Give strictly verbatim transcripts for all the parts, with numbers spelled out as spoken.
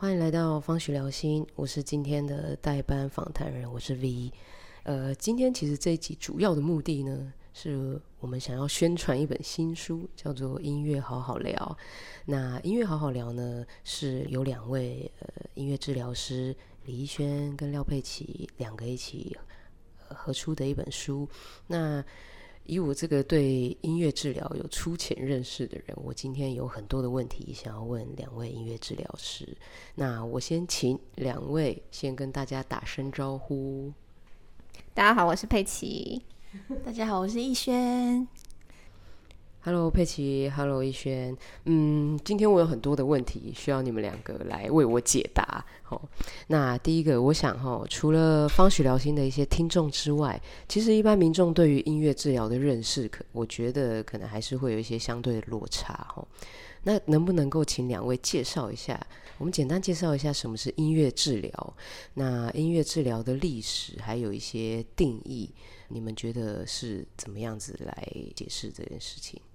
欢迎来到方许聊心，我是今天的代班访谈人，我是 V。呃，今天其实这一集主要的目的呢，是我们想要宣传一本新书，叫做《音乐好好聊》。那《音乐好好聊》呢，是有两位呃音乐治疗师李一轩跟廖佩琪两个一起、呃、合出的一本书。那以我这个对音乐治疗有粗浅认识的人，我今天有很多的问题想要问两位音乐治疗师。那我先请两位先跟大家打声招呼。 大家好，我是佩琪。 大家好，我是逸轩。 Hello 佩琪 ，Hello 逸轩。嗯，今天我有很多的问题需要你们两个来为我解答。哦、那第一个，我想哈、哦，除了方许聊心的一些听众之外，其实一般民众对于音乐治疗的认识，可我觉得可能还是会有一些相对的落差。哦、那能不能够请两位介绍一下？我们简单介绍一下什么是音乐治疗，那音乐治疗的历史，还有一些定义，你们觉得是怎么样子来解释这件事情？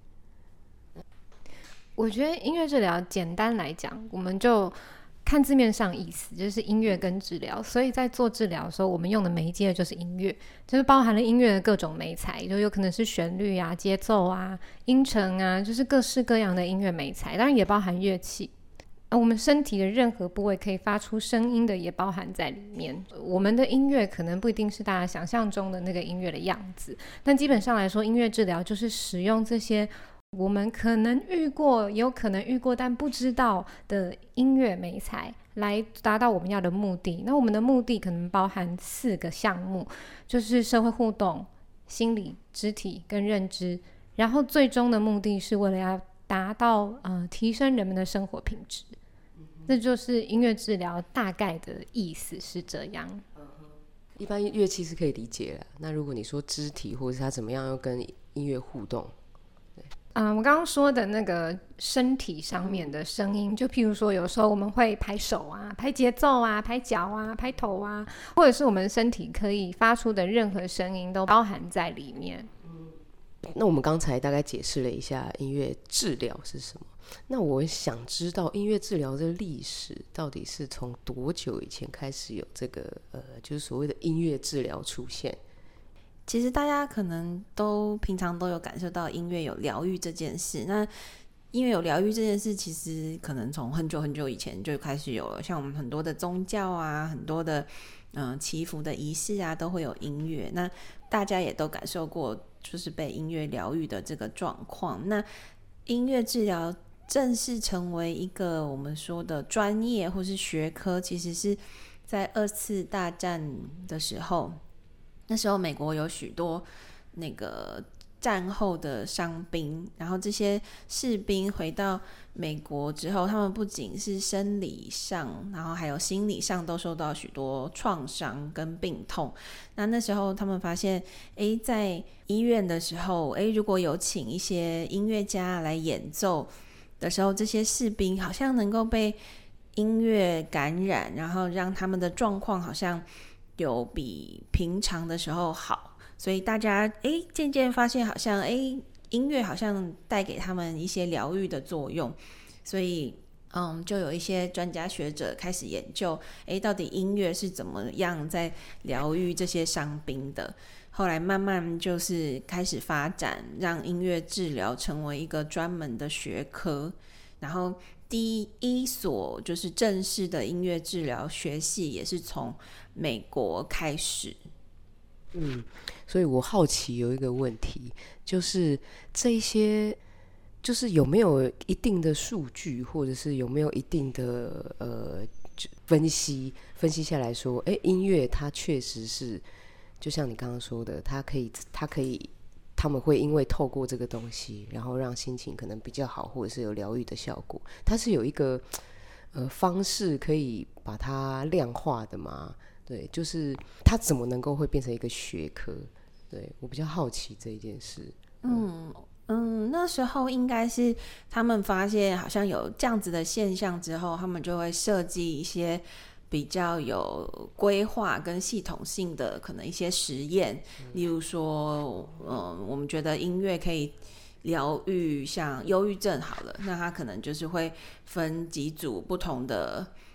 我觉得音乐治疗简单来讲，我们就看字面上意思，就是音乐跟治疗。所以在做治疗的时候，我们用的媒介就是音乐，就是包含了音乐的各种媒材，就有可能是旋律啊、节奏啊、音程啊，就是各式各样的音乐媒材，当然也包含乐器。我们身体的任何部位可以发出声音的也包含在里面。我们的音乐可能不一定是大家想象中的那个音乐的样子，但基本上来说，音乐治疗就是使用这些我们可能遇过，也有可能遇过但不知道的音乐媒材来达到我们要的目的。那我们的目的可能包含四个项目，就是社会互动、心理、肢体跟认知，然后最终的目的是为了要达到、呃、提升人们的生活品质。这就是音乐治療大概的意思是这样。 一般乐器是可以理解啦，那如果你说肢体或者是它怎么样要跟音乐互动， 嗯，我刚刚说的那个身体上面的声音，就譬如说有时候我们会拍手啊、拍节奏啊、拍脚啊、拍头啊，或者是我们身体可以发出的任何声音都包含在里面。 那我们刚才大概解释了一下音乐治疗是什么，那我想知道音乐治疗的历史到底是从多久以前开始有这个呃，就是所谓的音乐治疗出现？ 其实大家可能都平常都有感受到音乐有疗愈这件事，那音乐有疗愈这件事其实可能从很久很久以前就开始有了，像我们很多的宗教啊，很多的嗯、呃、祈福的仪式啊都会有音乐，那大家也都感受过就是被音乐疗愈的这个状况。那音乐治疗正式成为一个我们说的专业或是学科，其实是在二次大战的时候，那时候美国有许多那个战后的伤兵，然后这些士兵回到美国之后，他们不仅是生理上，然后还有心理上都受到许多创伤跟病痛。那那时候他们发现，诶，在医院的时候，诶，如果有请一些音乐家来演奏的时候，这些士兵好像能够被音乐感染，然后让他们的状况好像有比平常的时候好，所以大家诶渐渐发现好像诶音乐好像带给他们一些疗愈的作用，所以嗯，就有一些专家学者开始研究诶到底音乐是怎么样在疗愈这些伤兵的。后来慢慢就是开始发展，让音乐治疗成为一个专门的学科，然后第一所就是正式的音乐治疗学系也是从美国开始。 嗯，所以我好奇有一个问题，就是这些就是有没有一定的数据，或者是有没有一定的呃分析分析下来说，哎，音乐它确实是就像你刚刚说的，它可以它可以他们会因为透过这个东西，然后让心情可能比较好，或者是有疗愈的效果，它是有一个呃方式可以把它量化的吗？对，就是它怎么能够会变成一个学科？对，我比较好奇这一件事。 嗯嗯，那时候应该是他们发现好像有这样子的现象之后，他们就会设计一些比较有规划跟系统性的可能一些实验，例如说嗯，我们觉得音乐可以疗愈像忧郁症好了，那它可能就是会分几组不同的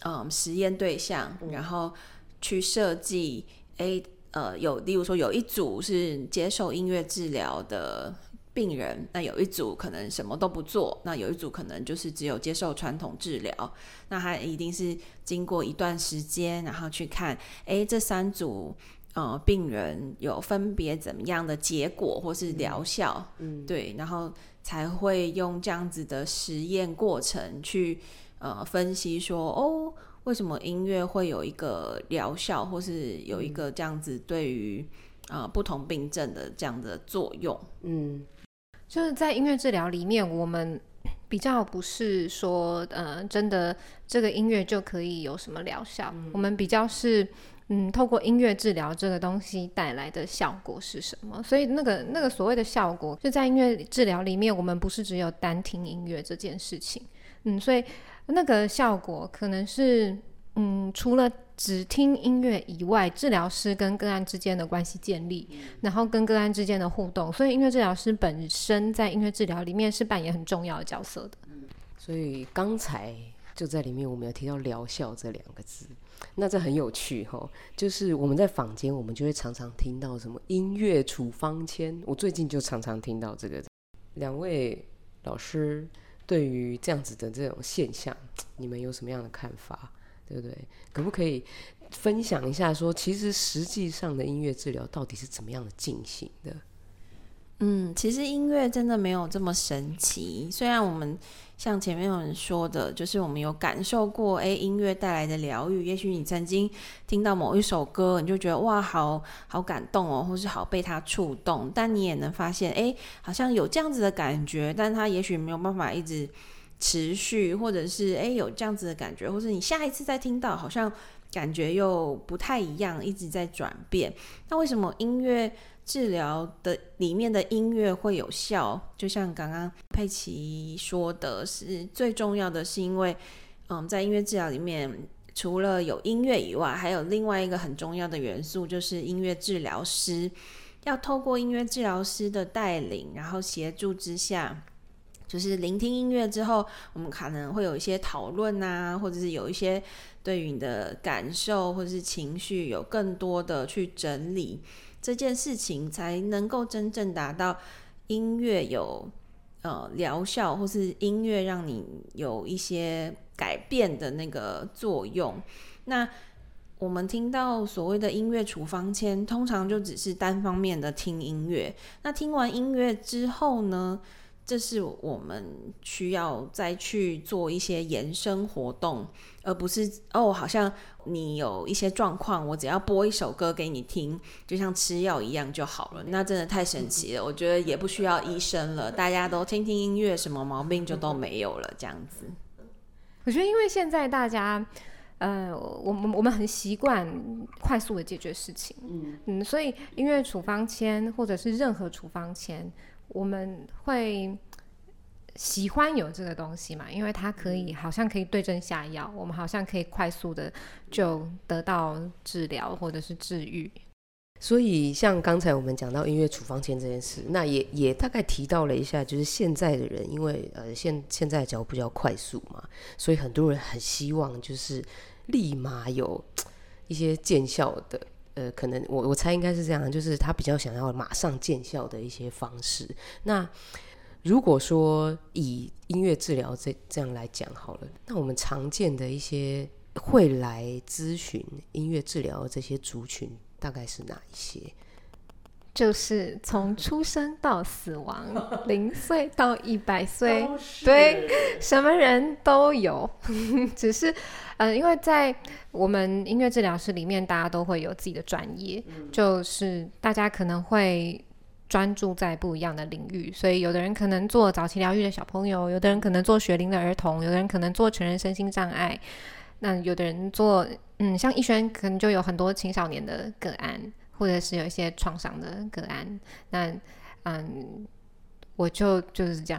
嗯实验对象，然后去设计，哎呃有例如说有一组是接受音乐治疗的病人，那有一组可能什么都不做，那有一组可能就是只有接受传统治疗，那他一定是经过一段时间，然后去看，哎，这三组呃病人有分别怎么样的结果或是疗效，嗯，对，然后才会用这样子的实验过程去呃分析说，哦，为什么音乐会有一个疗效，或是有一个这样子对于呃不同病症的这样的作用，嗯。 就是在音乐治疗里面，我们比较不是说呃真的这个音乐就可以有什么疗效，嗯、我们比较是嗯透过音乐治疗这个东西带来的效果是什么。所以那个那个所谓的效果，就在音乐治疗里面，我们不是只有单听音乐这件事情，嗯，所以那个效果可能是嗯除了只听音乐以外，治疗师跟个案之间的关系建立，然后跟个案之间的互动，所以音乐治疗师本身在音乐治疗里面是扮演很重要的角色的。 所以刚才就在里面我们有提到疗效这两个字，那这很有趣齁，就是我们在坊间我们就会常常听到什么音乐处方签，我最近就常常听到这个。两位老师对于这样子的这种现象，你们有什么样的看法？对不对？可不可以分享一下说，其实实际上的音乐治疗到底是怎么样的进行的？ 嗯，其实音乐真的没有这么神奇。虽然我们像前面有人说的，就是我们有感受过，哎，音乐带来的疗愈。也许你曾经听到某一首歌，你就觉得哇，好好感动哦，或是好被它触动。但你也能发现，哎，好像有这样子的感觉，但它也许没有办法一直持续，或者是哎有这样子的感觉，或是你下一次再听到好像感觉又不太一样，一直在转变。那为什么音乐治疗的里面的音乐会有效？就像刚刚佩奇说的，是最重要的是因为嗯，在音乐治疗里面除了有音乐以外，还有另外一个很重要的元素，就是音乐治疗师要透过音乐治疗师的带领，然后协助之下，就是聆听音乐之后，我们可能会有一些讨论啊，或者是有一些对于你的感受或者是情绪有更多的去整理，这件事情才能够真正达到音乐有呃疗效，或是音乐让你有一些改变的那个作用。那我们听到所谓的音乐处方签，通常就只是单方面的听音乐。那听完音乐之后呢，这是我们需要再去做一些延伸活动，而不是哦，好像你有一些状况，我只要播一首歌给你听，就像吃药一样就好了。那真的太神奇了，我觉得也不需要医生了，大家都听听音乐，什么毛病就都没有了，这样子。 我觉得因为现在大家呃，我们我们很习惯快速的解决事情，嗯嗯，所以音乐处方签或者是任何处方签，我们会喜欢有这个东西嘛，因为它可以好像可以对症下药，我们好像可以快速的就得到治疗或者是治愈。 所以像刚才我们讲到音乐处方签这件事，那也也大概提到了一下，就是现在的人因为呃现现在的脚步比较快速嘛，所以很多人很希望就是立马有一些见效的，呃，可能我我猜应该是这样，就是他比较想要马上见效的一些方式。那如果说以音乐治疗这这样来讲好了，那我们常见的一些会来咨询音乐治疗的这些族群大概是哪一些？ 就是从出生到死亡，零岁到一百岁，对，什么人都有。只是，呃，因为在我们音乐治疗师里面，大家都会有自己的专业，嗯、就是大家可能会专注在不一样的领域，所以有的人可能做早期疗愈的小朋友，有的人可能做学龄的儿童，有的人可能做成人身心障碍，那有的人做，嗯，像逸轩可能就有很多青少年的个案。或者是有一些创伤的个案，那嗯，我就就是这样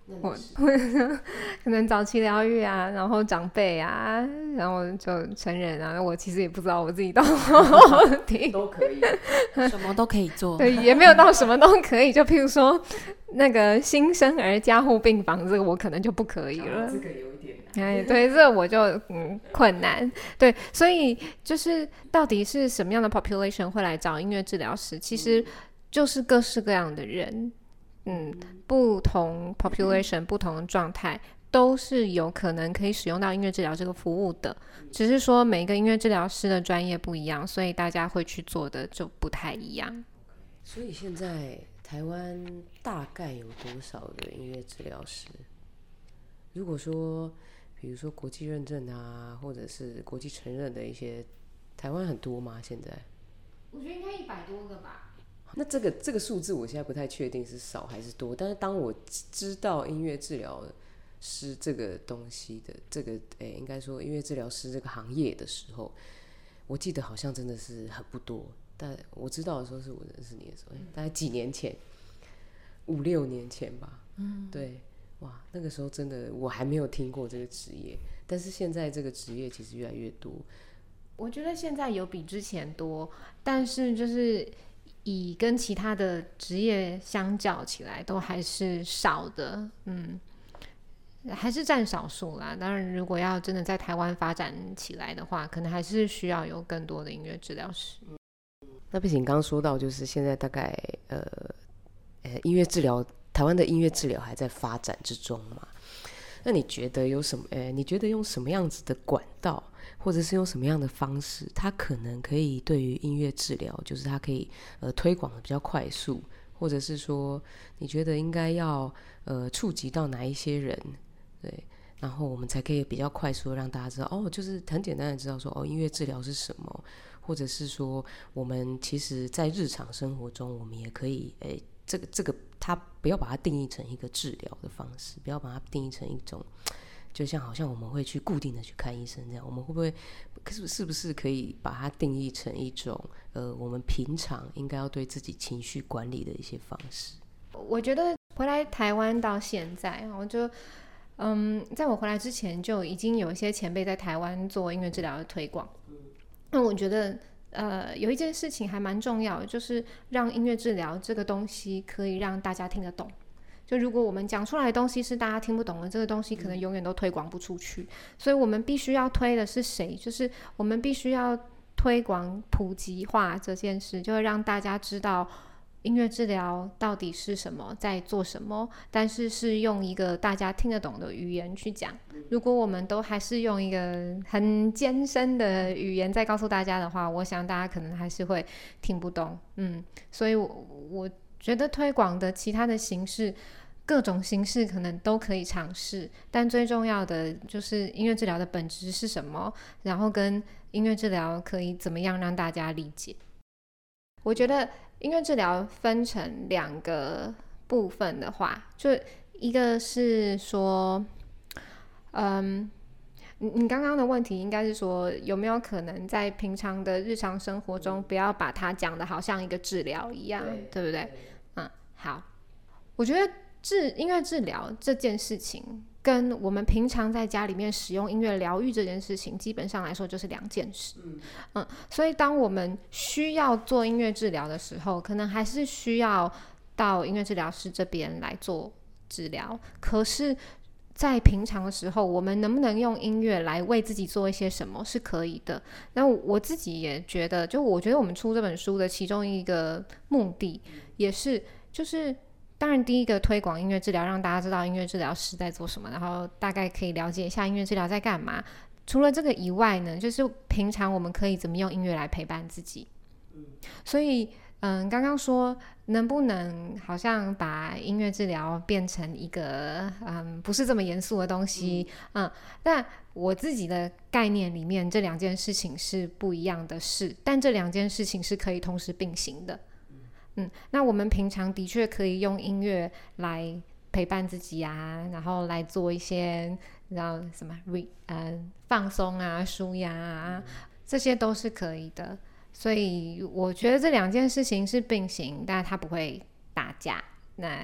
我可能早期疗愈啊，然后长辈啊，然后就成人啊，我其实也不知道我自己到底都可以， 什么都可以做。 对，也没有到什么都可以。就譬如说那个新生儿加护病房，这个我可能就不可以了。 这个有一点难。哎，对，这个我就嗯困难。对，所以就是到底是什么样的 population 会来找音乐治疗师？其实就是各式各样的人。嗯，不同 population 不同的状态都是有可能可以使用到音乐治疗这个服务的，只是说每个音乐治疗师的专业不一样，所以大家会去做的就不太一样。 所以现在台湾大概有多少的音乐治疗师？如果说比如说国际认证啊，或者是国际承认的一些，台湾很多吗？现在我觉得应该一百多个吧。 那这个这个数字我现在不太确定是少还是多，但是当我知道音乐治疗师这个东西的这个诶，应该说音乐治疗师这个行业的时候，我记得好像真的是很不多。但我知道的时候是我认识你的时候，大概几年前，五六年前吧。嗯，对，哇，那个时候真的我还没有听过这个职业，但是现在这个职业其实越来越多。 我觉得现在有比之前多，但是就是以跟其他的职业相较起来都还是少的，嗯，还是占少数啦。当然如果要真的在台湾发展起来的话，可能还是需要有更多的音乐治疗师。 那毕竟刚刚说到就是现在大概呃呃音乐治疗，台湾的音乐治疗还在发展之中嘛，那你觉得有什么呃你觉得用什么样子的管道，或者是用什么样的方式，它可能可以对于音乐治疗，就是它可以呃推广的比较快速，或者是说你觉得应该要呃触及到哪一些人，对，然后我们才可以比较快速的让大家知道，哦，就是很简单的知道说，哦，音乐治疗是什么，或者是说我们其实在日常生活中我们也可以诶这个这个它不要把它定义成一个治疗的方式，不要把它定义成一种就像好像我们会去固定的去看医生这样，我们会不会是不是可以把它定义成一种呃我们平常应该要对自己情绪管理的一些方式？ 我觉得回来台湾到现在，我就嗯，在我回来之前就已经有一些前辈在台湾做音乐治疗的推广。那我觉得呃，有一件事情还蛮重要的，就是让音乐治疗这个东西可以让大家听得懂。就如果我们讲出来的东西是大家听不懂的，这个东西可能永远都推广不出去。所以我们必须要推的是谁？就是我们必须要推广普及化这件事，就会让大家知道音乐治疗到底是什么，在做什么，但是是用一个大家听得懂的语言去讲。如果我们都还是用一个很艰深的语言在告诉大家的话，我想大家可能还是会听不懂。嗯，所以我我觉得推广的其他的形式，各种形式可能都可以尝试，但最重要的就是音乐治疗的本质是什么，然后跟音乐治疗可以怎么样让大家理解。我觉得音乐治疗分成两个部分的话，就一个是说嗯，你刚刚的问题应该是说有没有可能在平常的日常生活中不要把它讲得好像一个治疗一样， 对, 对不对？嗯，好，我觉得治音乐治疗这件事情跟我们平常在家里面使用音乐疗愈这件事情基本上来说就是两件事。嗯, 嗯，所以当我们需要做音乐治疗的时候，可能还是需要到音乐治疗师这边来做治疗，可是在平常的时候我们能不能用音乐来为自己做一些什么是可以的。那我自己也觉得，就我觉得我们出这本书的其中一个目的也是就是当然第一个推广音乐治疗，让大家知道音乐治疗师在做什么，然后大概可以了解一下音乐治疗在干嘛。除了这个以外呢，就是平常我们可以怎么用音乐来陪伴自己。所以嗯，刚刚说能不能好像把音乐治疗变成一个嗯不是这么严肃的东西，嗯，但我自己的概念里面这两件事情是不一样的事，但这两件事情是可以同时并行的。嗯，那我们平常的确可以用音乐来陪伴自己啊，然后来做一些然后什么 re 呃放松啊、舒压啊，这些都是可以的。所以我觉得这两件事情是并行，但它不会打架。那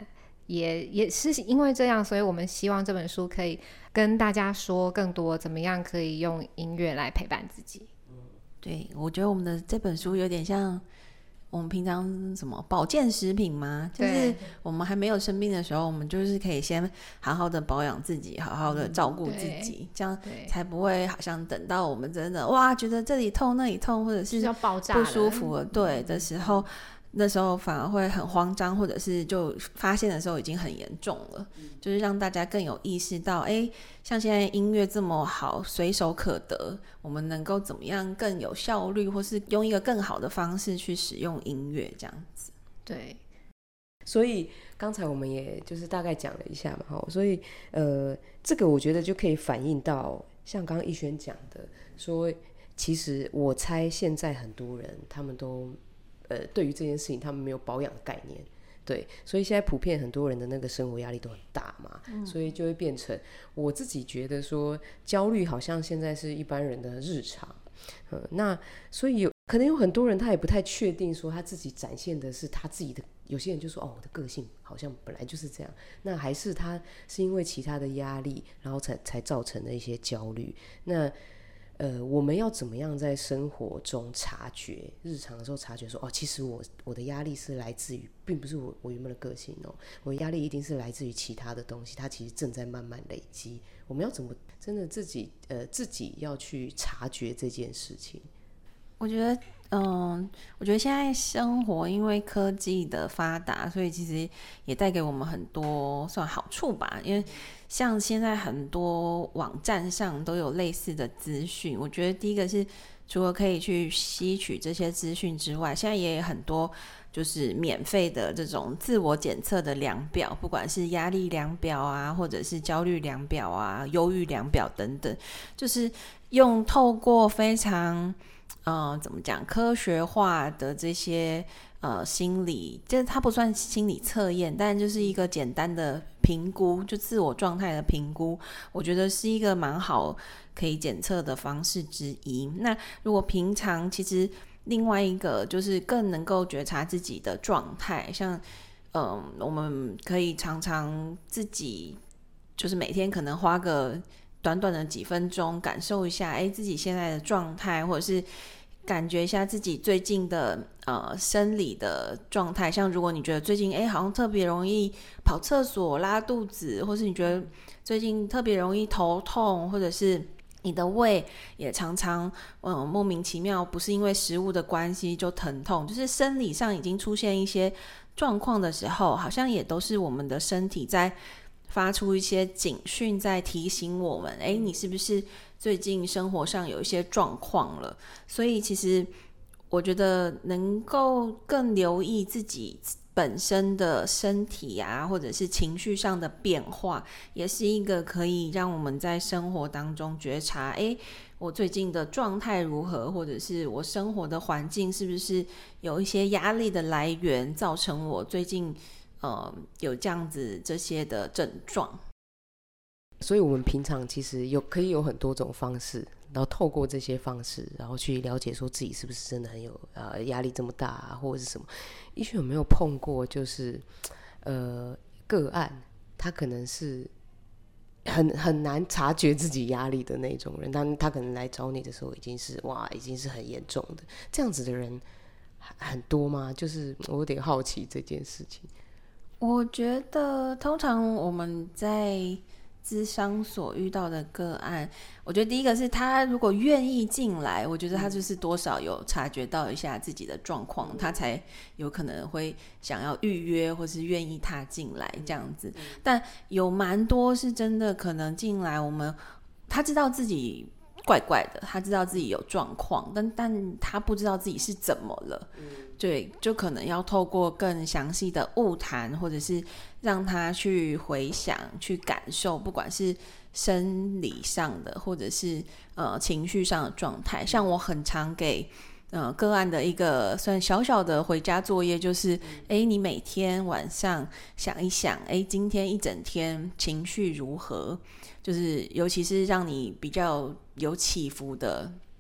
也也是因为这样，所以我们希望这本书可以跟大家说更多怎么样可以用音乐来陪伴自己。 对，我觉得我们的这本书有点像我们平常什么保健食品嘛，就是我们还没有生病的时候，我们就是可以先好好的保养自己，好好的照顾自己，这样才不会好像等到我们真的哇觉得这里痛那里痛或者是不舒服了，对的时候，那时候反而会很慌张，或者是就发现的时候已经很严重了，就是让大家更有意识到，哎，像现在音乐这么好，随手可得，我们能够怎么样更有效率，或是用一个更好的方式去使用音乐，这样子。 对， 所以刚才我们也就是大概讲了一下嘛，所以呃，这个我觉得就可以反映到像刚刚逸轩讲的，说其实我猜现在很多人他们都呃，对于这件事情他们没有保养的概念，对，所以现在普遍很多人的那个生活压力都很大嘛、嗯、所以就会变成我自己觉得说焦虑好像现在是一般人的日常、呃、那所以有可能有很多人他也不太确定说他自己展现的是他自己的，有些人就说哦，我的个性好像本来就是这样，那还是他是因为其他的压力然后 才, 才造成的一些焦虑。那呃，我们要怎么样在生活中察觉，日常的时候察觉说，哦，其实我我的压力是来自于，并不是我我原本的个性哦，我的压力一定是来自于其他的东西，它其实正在慢慢累积。我们要怎么真的自己呃自己要去察觉这件事情？ 我觉得，嗯，我觉得现在生活因为科技的发达，所以其实也带给我们很多算好处吧。因为像现在很多网站上都有类似的资讯，我觉得第一个是除了可以去吸取这些资讯之外，现在也有很多就是免费的这种自我检测的量表，不管是压力量表啊，或者是焦虑量表啊、忧郁量表等等，就是用透过非常呃，怎么讲？科学化的这些呃心理，就是它不算心理测验，但就是一个简单的评估，就自我状态的评估，我觉得是一个蛮好可以检测的方式之一。那如果平常其实另外一个就是更能够觉察自己的状态，像嗯、呃，我们可以常常自己就是每天可能花个短短的几分钟感受一下，哎，自己现在的状态，或者是感觉一下自己最近的呃生理的状态。像如果你觉得最近哎好像特别容易跑厕所、拉肚子，或是你觉得最近特别容易头痛，或者是你的胃也常常嗯、呃、莫名其妙不是因为食物的关系就疼痛，就是生理上已经出现一些状况的时候，好像也都是我们的身体在发出一些警讯，在提醒我们，哎，你是不是最近生活上有一些状况了？所以其实我觉得能够更留意自己本身的身体啊，或者是情绪上的变化，也是一个可以让我们在生活当中觉察，哎，我最近的状态如何，或者是我生活的环境是不是有一些压力的来源，造成我最近呃，有这样子这些的症状。 所以我们平常其实有可以有很多种方式，然后透过这些方式，然后去了解说自己是不是真的很有呃压力这么大、啊、或者是什么。亦璇有没有碰过就是呃个案，他可能是很很难察觉自己压力的那种人，但他可能来找你的时候已经是哇已经是很严重的，这样子的人很多吗？就是我有点好奇这件事情。 我觉得通常我们在諮商所遇到的个案，我觉得第一个是他如果愿意进来，我觉得他就是多少有察觉到一下自己的状况，他才有可能会想要预约或是愿意踏进来这样子。但有蛮多是真的可能进来，我们他知道自己怪怪的，他知道自己有状况，但但他不知道自己是怎么了，对，就可能要透过更详细的晤谈，或者是让他去回想、去感受，不管是生理上的，或者是呃情绪上的状态。像我很常给呃个案的一个算小小的回家作业，就是哎，你每天晚上想一想，哎，今天一整天情绪如何？就是尤其是让你比较有起伏的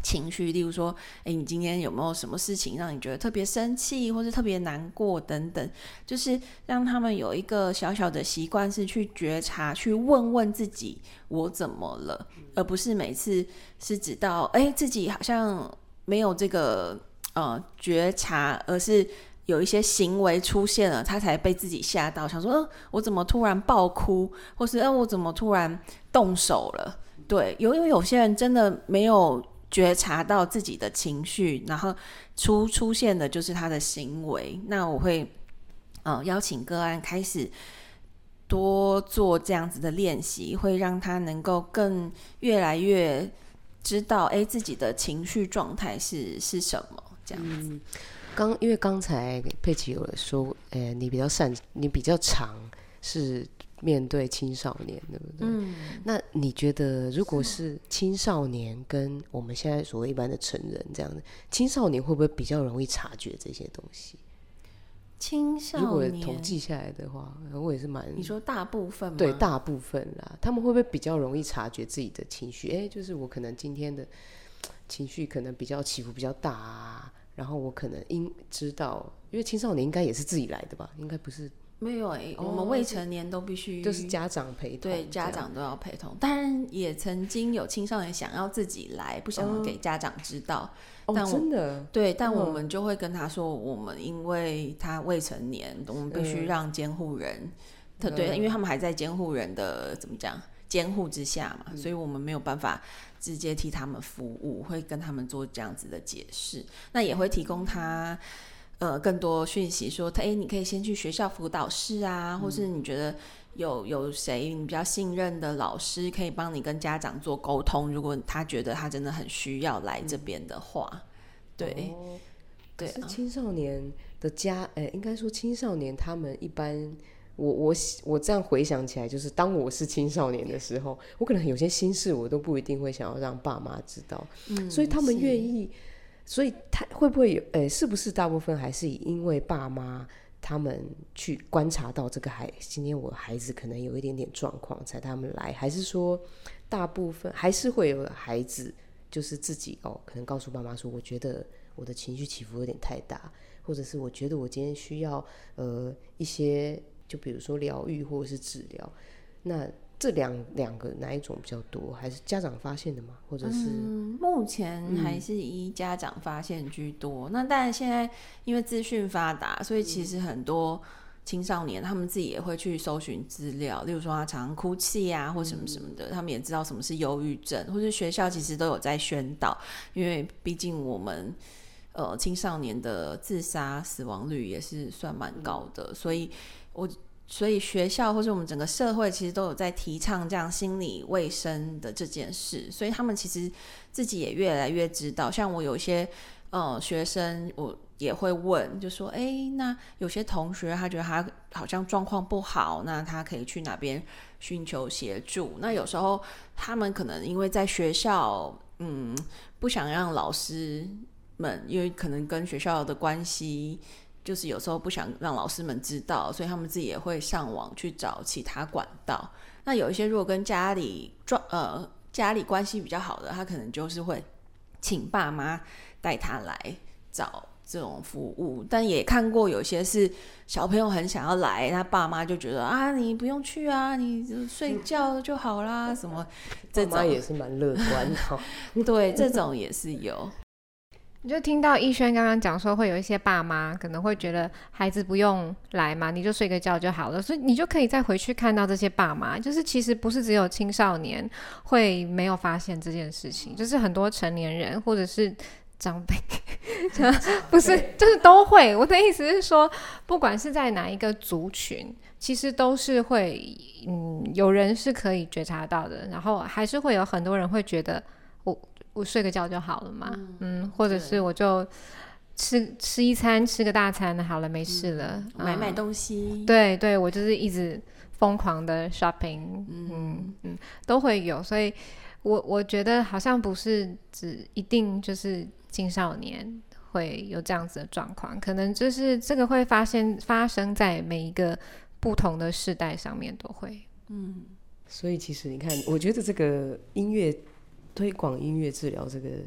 情绪，例如说诶你今天有没有什么事情让你觉得特别生气或是特别难过等等，就是让他们有一个小小的习惯是去觉察，去问问自己我怎么了，而不是每次是直到诶自己好像没有这个呃觉察，而是有一些行为出现了，他才被自己吓到，想说呃我怎么突然爆哭，或是呃我怎么突然动手了。对，因为有些人真的没有觉察到自己的情绪，然后出出现的就是他的行为。那我会呃邀请个案开始多做这样子的练习，会让他能够更越来越知道哎自己的情绪状态是是什么这样子。 嗯，刚因为刚才佩奇有了说，呃，你比较擅，你比较常是面对青少年，对不对？嗯，那你觉得如果是青少年跟我们现在所谓一般的成人这样的，青少年会不会比较容易察觉这些东西？ 青少年如果统计下来的话，我也是蛮…… 你说大部分吗？ 对，大部分啦，他们会不会比较容易察觉自己的情绪？哎，就是我可能今天的情绪可能比较起伏比较大啊，然后我可能应知道，因为青少年应该也是自己来的吧？应该不是。 没有诶、欸哦，我们未成年都必须就是家长陪同， 对，家长都要陪同。当然也曾经有青少年想要自己来，不想给家长知道。 哦， 但我真的对，但我们就会跟他说，我们因为他未成年，我们必须让监护人，嗯、对，因为他们还在监护人的怎么讲监护之下嘛、嗯，所以我们没有办法直接替他们服务，会跟他们做这样子的解释。那也会提供他。呃，更多讯息说，哎，你可以先去学校辅导室啊，嗯、或是你觉得有有谁你比较信任的老师可以帮你跟家长做沟通，如果他觉得他真的很需要来这边的话，嗯、对， 哦、 对、啊。 可是青少年的家，呃，应该说青少年他们一般，我我我这样回想起来，就是当我是青少年的时候，我可能有些心事我都不一定会想要让爸妈知道，嗯、所以他们愿意。所以他会不会有，呃，是不是大部分还是因为爸妈他们去观察到这个孩，今天我孩子可能有一点点状况才他们来，还是说大部分还是会有孩子就是自己哦，可能告诉爸妈说，我觉得我的情绪起伏有点太大，或者是我觉得我今天需要呃一些，就比如说疗愈或者是治疗，那。这两两个哪一种比较多？还是家长发现的吗？或者是、 嗯、目前还是以家长发现居多。嗯、那当然现在因为资讯发达，所以其实很多青少年他们自己也会去搜寻资料，例如说他常常哭泣啊，或什么什么的，嗯、他们也知道什么是忧郁症，或是学校其实都有在宣导，因为毕竟我们呃青少年的自杀死亡率也是算蛮高的，嗯、所以我。所以学校或是我们整个社会其实都有在提倡这样心理卫生的这件事，所以他们其实自己也越来越知道。像我有一些呃学生，我也会问，就说哎，那有些同学他觉得他好像状况不好，那他可以去哪边寻求协助？那有时候他们可能因为在学校嗯不想让老师们，因为可能跟学校的关系就是有时候不想让老师们知道，所以他们自己也会上网去找其他管道。那有一些如果跟家里呃家里关系比较好的，他可能就是会请爸妈带他来找这种服务。但也看过有些是小朋友很想要来，他爸妈就觉得啊你不用去啊，你睡觉就好啦，什么这种爸妈也是蛮乐观的。 对，这种也是有。 你就听到逸轩刚刚讲说，会有一些爸妈可能会觉得孩子不用来嘛，你就睡个觉就好了，所以你就可以再回去看到这些爸妈，就是其实不是只有青少年会没有发现这件事情，就是很多成年人或者是长辈不是就是都会。我的意思是说，不管是在哪一个族群，其实都是会嗯有人是可以觉察到的，然后还是会有很多人会觉得我我睡个觉就好了嘛，嗯，嗯或者是我就吃吃一餐，吃个大餐好了，没事了， 嗯、买买东西， 对对，我就是一直疯狂的 shopping， 嗯 嗯, 嗯都会有，所以我我觉得好像不是只一定就是青少年会有这样子的状况，可能就是这个会发现发生在每一个不同的世代上面都会， 嗯，所以其实你看，我觉得这个音乐。推广音乐治疗这个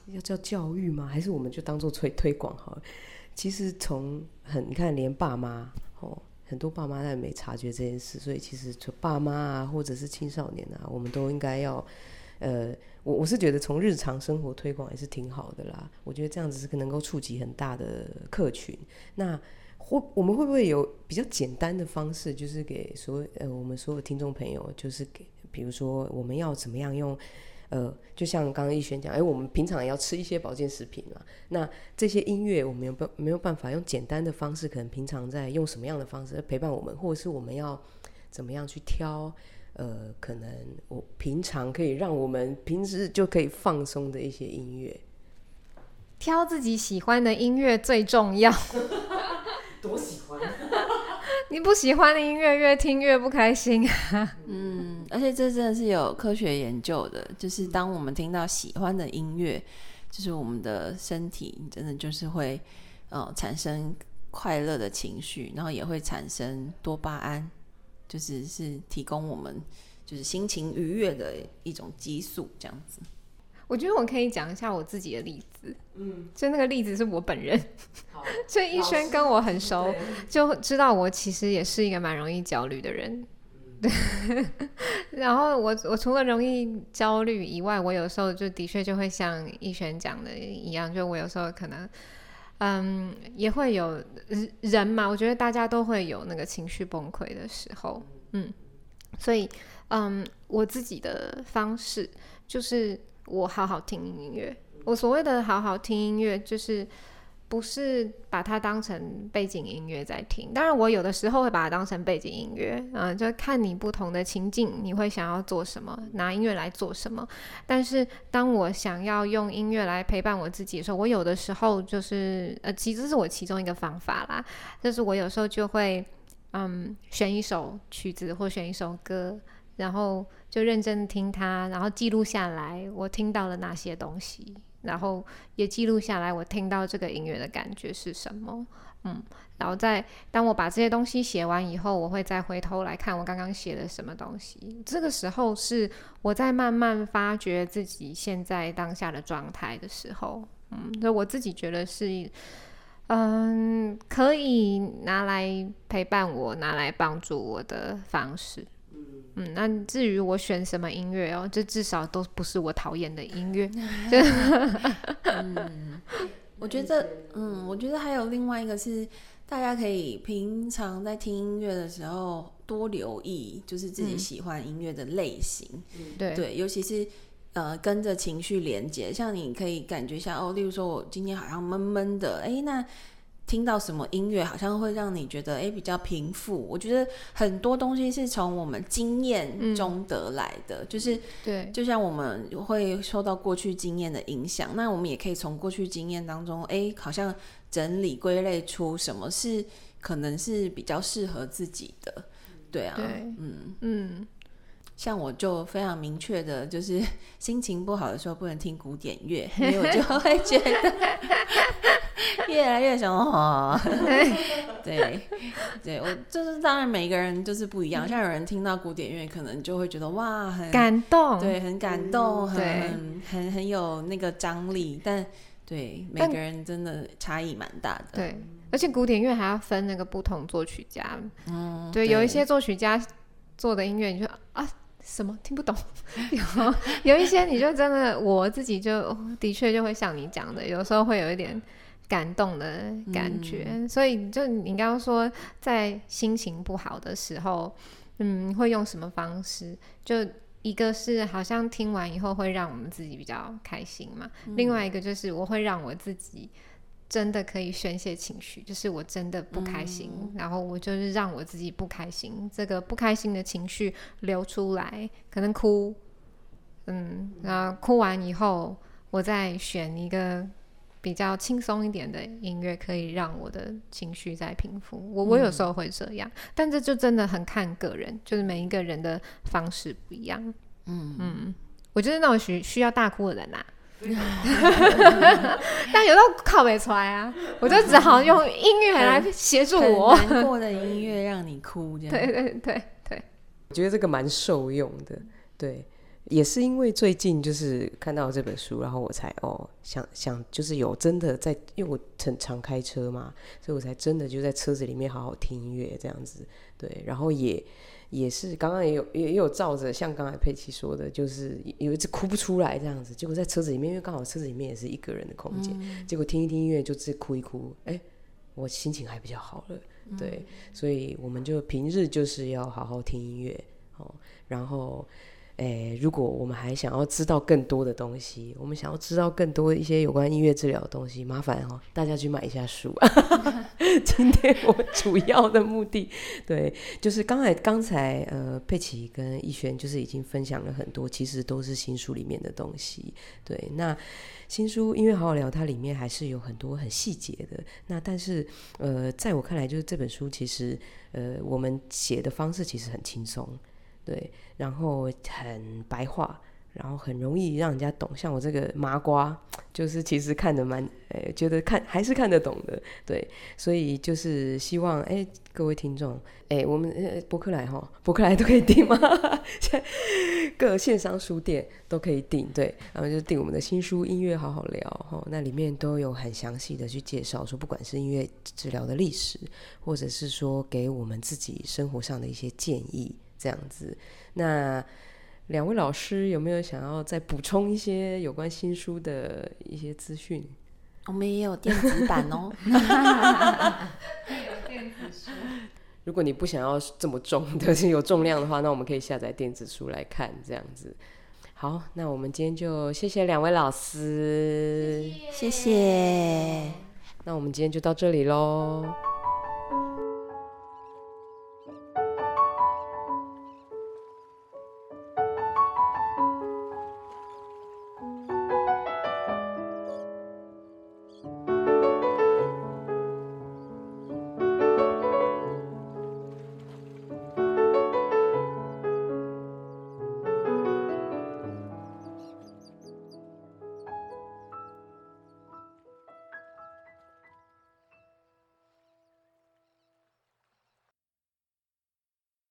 要叫教育吗？还是我们就当做推推广好了？其实从很你看，连爸妈哦，很多爸妈他也没察觉这件事，所以其实就爸妈啊，或者是青少年啊，我们都应该要，呃，我我是觉得从日常生活推广也是挺好的啦。我觉得这样子是能够触及很大的客群。那会我们会不会有比较简单的方式，就是给所有呃我们所有听众朋友，就是给比如说我们要怎么样用？呃，就像刚刚逸轩讲，哎，我们平常也要吃一些保健食品嘛。那这些音乐，我们有没有办法用简单的方式？可能平常在用什么样的方式陪伴我们，或者是我们要怎么样去挑？呃，可能我平常可以让我们平时就可以放松的一些音乐。 挑自己喜欢的音乐最重要。 多喜欢！ 你不喜欢的音乐越听越不开心啊。 嗯，而且这真的是有科学研究的，就是当我们听到喜欢的音乐，就是我们的身体真的就是会呃产生快乐的情绪，然后也会产生多巴胺，就是是提供我们就是心情愉悦的一种激素，这样子。 我觉得我可以讲一下我自己的例子，嗯，就那个例子是我本人，所以逸轩跟我很熟，就知道我其实也是一个蛮容易焦虑的人，对。然后我我除了容易焦虑以外，我有时候就的确就会像逸轩讲的一样，就我有时候可能，嗯，也会有人嘛，我觉得大家都会有那个情绪崩溃的时候，嗯，所以，嗯，我自己的方式就是我好好听音乐。我所谓的好好听音乐，就是不是把它当成背景音乐在听。当然，我有的时候会把它当成背景音乐，嗯，就看你不同的情境，你会想要做什么，拿音乐来做什么。但是，当我想要用音乐来陪伴我自己的时候，我有的时候就是呃，其实这是我其中一个方法啦，就是我有时候就会嗯选一首曲子或选一首歌，然后就认真听它，然后记录下来我听到了哪些东西，然后也记录下来我听到这个音乐的感觉是什么，嗯，然后再当我把这些东西写完以后，我会再回头来看我刚刚写的什么东西。这个时候是我在慢慢发掘自己现在当下的状态的时候，嗯，所以我自己觉得是嗯，可以拿来陪伴我，拿来帮助我的方式。嗯，那至于我选什么音乐哦，这至少都不是我讨厌的音乐。 嗯，我觉得，嗯，我觉得还有另外一个是，大家可以平常在听音乐的时候多留意，就是自己喜欢音乐的类型。嗯、对对，尤其是呃跟着情绪连接，像你可以感觉一下哦，例如说我今天好像闷闷的，哎，那听到什么音乐好像会让你觉得哎比较平复。我觉得很多东西是从我们经验中得来的，嗯、就是对， 就像我们会受到过去经验的影响，那我们也可以从过去经验当中，哎，好像整理归类出什么是可能是比较适合自己的。对啊， 对， 嗯嗯。 像我就非常明确的，就是心情不好的时候不能听古典乐，因为我就会觉得越来越想哦，对对，我就是当然每个人就是不一样，像有人听到古典乐可能就会觉得哇很感动， 对，很感动， 嗯、 很很很有那个张力，但对每个人真的差异蛮大的。 对，而且古典乐还要分那个不同作曲家， 嗯， 对，有一些作曲家做的音乐，你就啊。什么听不懂有, 有一些你就真的我自己就的确就会像你讲的，有时候会有一点感动的感觉、嗯、所以就你刚刚说在心情不好的时候嗯，会用什么方式，就一个是好像听完以后会让我们自己比较开心嘛、嗯、另外一个就是我会让我自己真的可以宣泄情绪，就是我真的不开心、嗯、然后我就是让我自己不开心，这个不开心的情绪流出来，可能哭嗯，然后哭完以后我再选一个比较轻松一点的音乐，可以让我的情绪再平复。我我有时候会这样、嗯、但这就真的很看个人，就是每一个人的方式不一样。嗯嗯，我就是那种需需要大哭的人啊但有时候靠不出来啊，我就只好用音乐来协助我。 很难过的音乐让你哭这样。 对对对对， 我觉得这个蛮受用的。对， 也是因为最近就是看到这本书，然后我才哦想想就是有真的在，因为我很常开车嘛，所以我才真的就在车子里面好好听音乐这样子。对，然后也也是刚刚也有也有照着像刚才佩奇说的，就是有一次哭不出来这样子，结果在车子里面，因为刚好车子里面也是一个人的空间、嗯、结果听一听音乐就自己哭一哭，哎，我心情还比较好了。对、嗯、所以我们就平日就是要好好听音乐、哦、然后诶，如果我们还想要知道更多的东西，我们想要知道更多一些有关音乐治疗的东西，麻烦、哦、大家去买一下书今天我主要的目的对，就是刚才刚才呃，佩奇跟逸轩就是已经分享了很多，其实都是新书里面的东西。对，那新书音乐好好聊它里面还是有很多很细节的，那但是呃，在我看来就是这本书其实呃，我们写的方式其实很轻松，对，然后很白话，然后很容易让人家懂，像我这个麻瓜就是其实看得蛮、欸、觉得看还是看得懂的。对，所以就是希望哎、欸，各位听众哎、欸，我们、欸、博客来齁博客来都可以订吗现在各线上书店都可以订，对，然后就订我们的新书音乐好好聊齁，那里面都有很详细的去介绍说不管是音乐治疗的历史，或者是说给我们自己生活上的一些建议这样子。那两位老师有没有想要再补充一些有关新书的一些资讯？ 我们也有电子版哦有电子书。 如果你不想要这么重的有重量的话，那我们可以下载电子书来看这样子。好，那我们今天就谢谢两位老师， 谢谢。 那我们今天就到这里咯。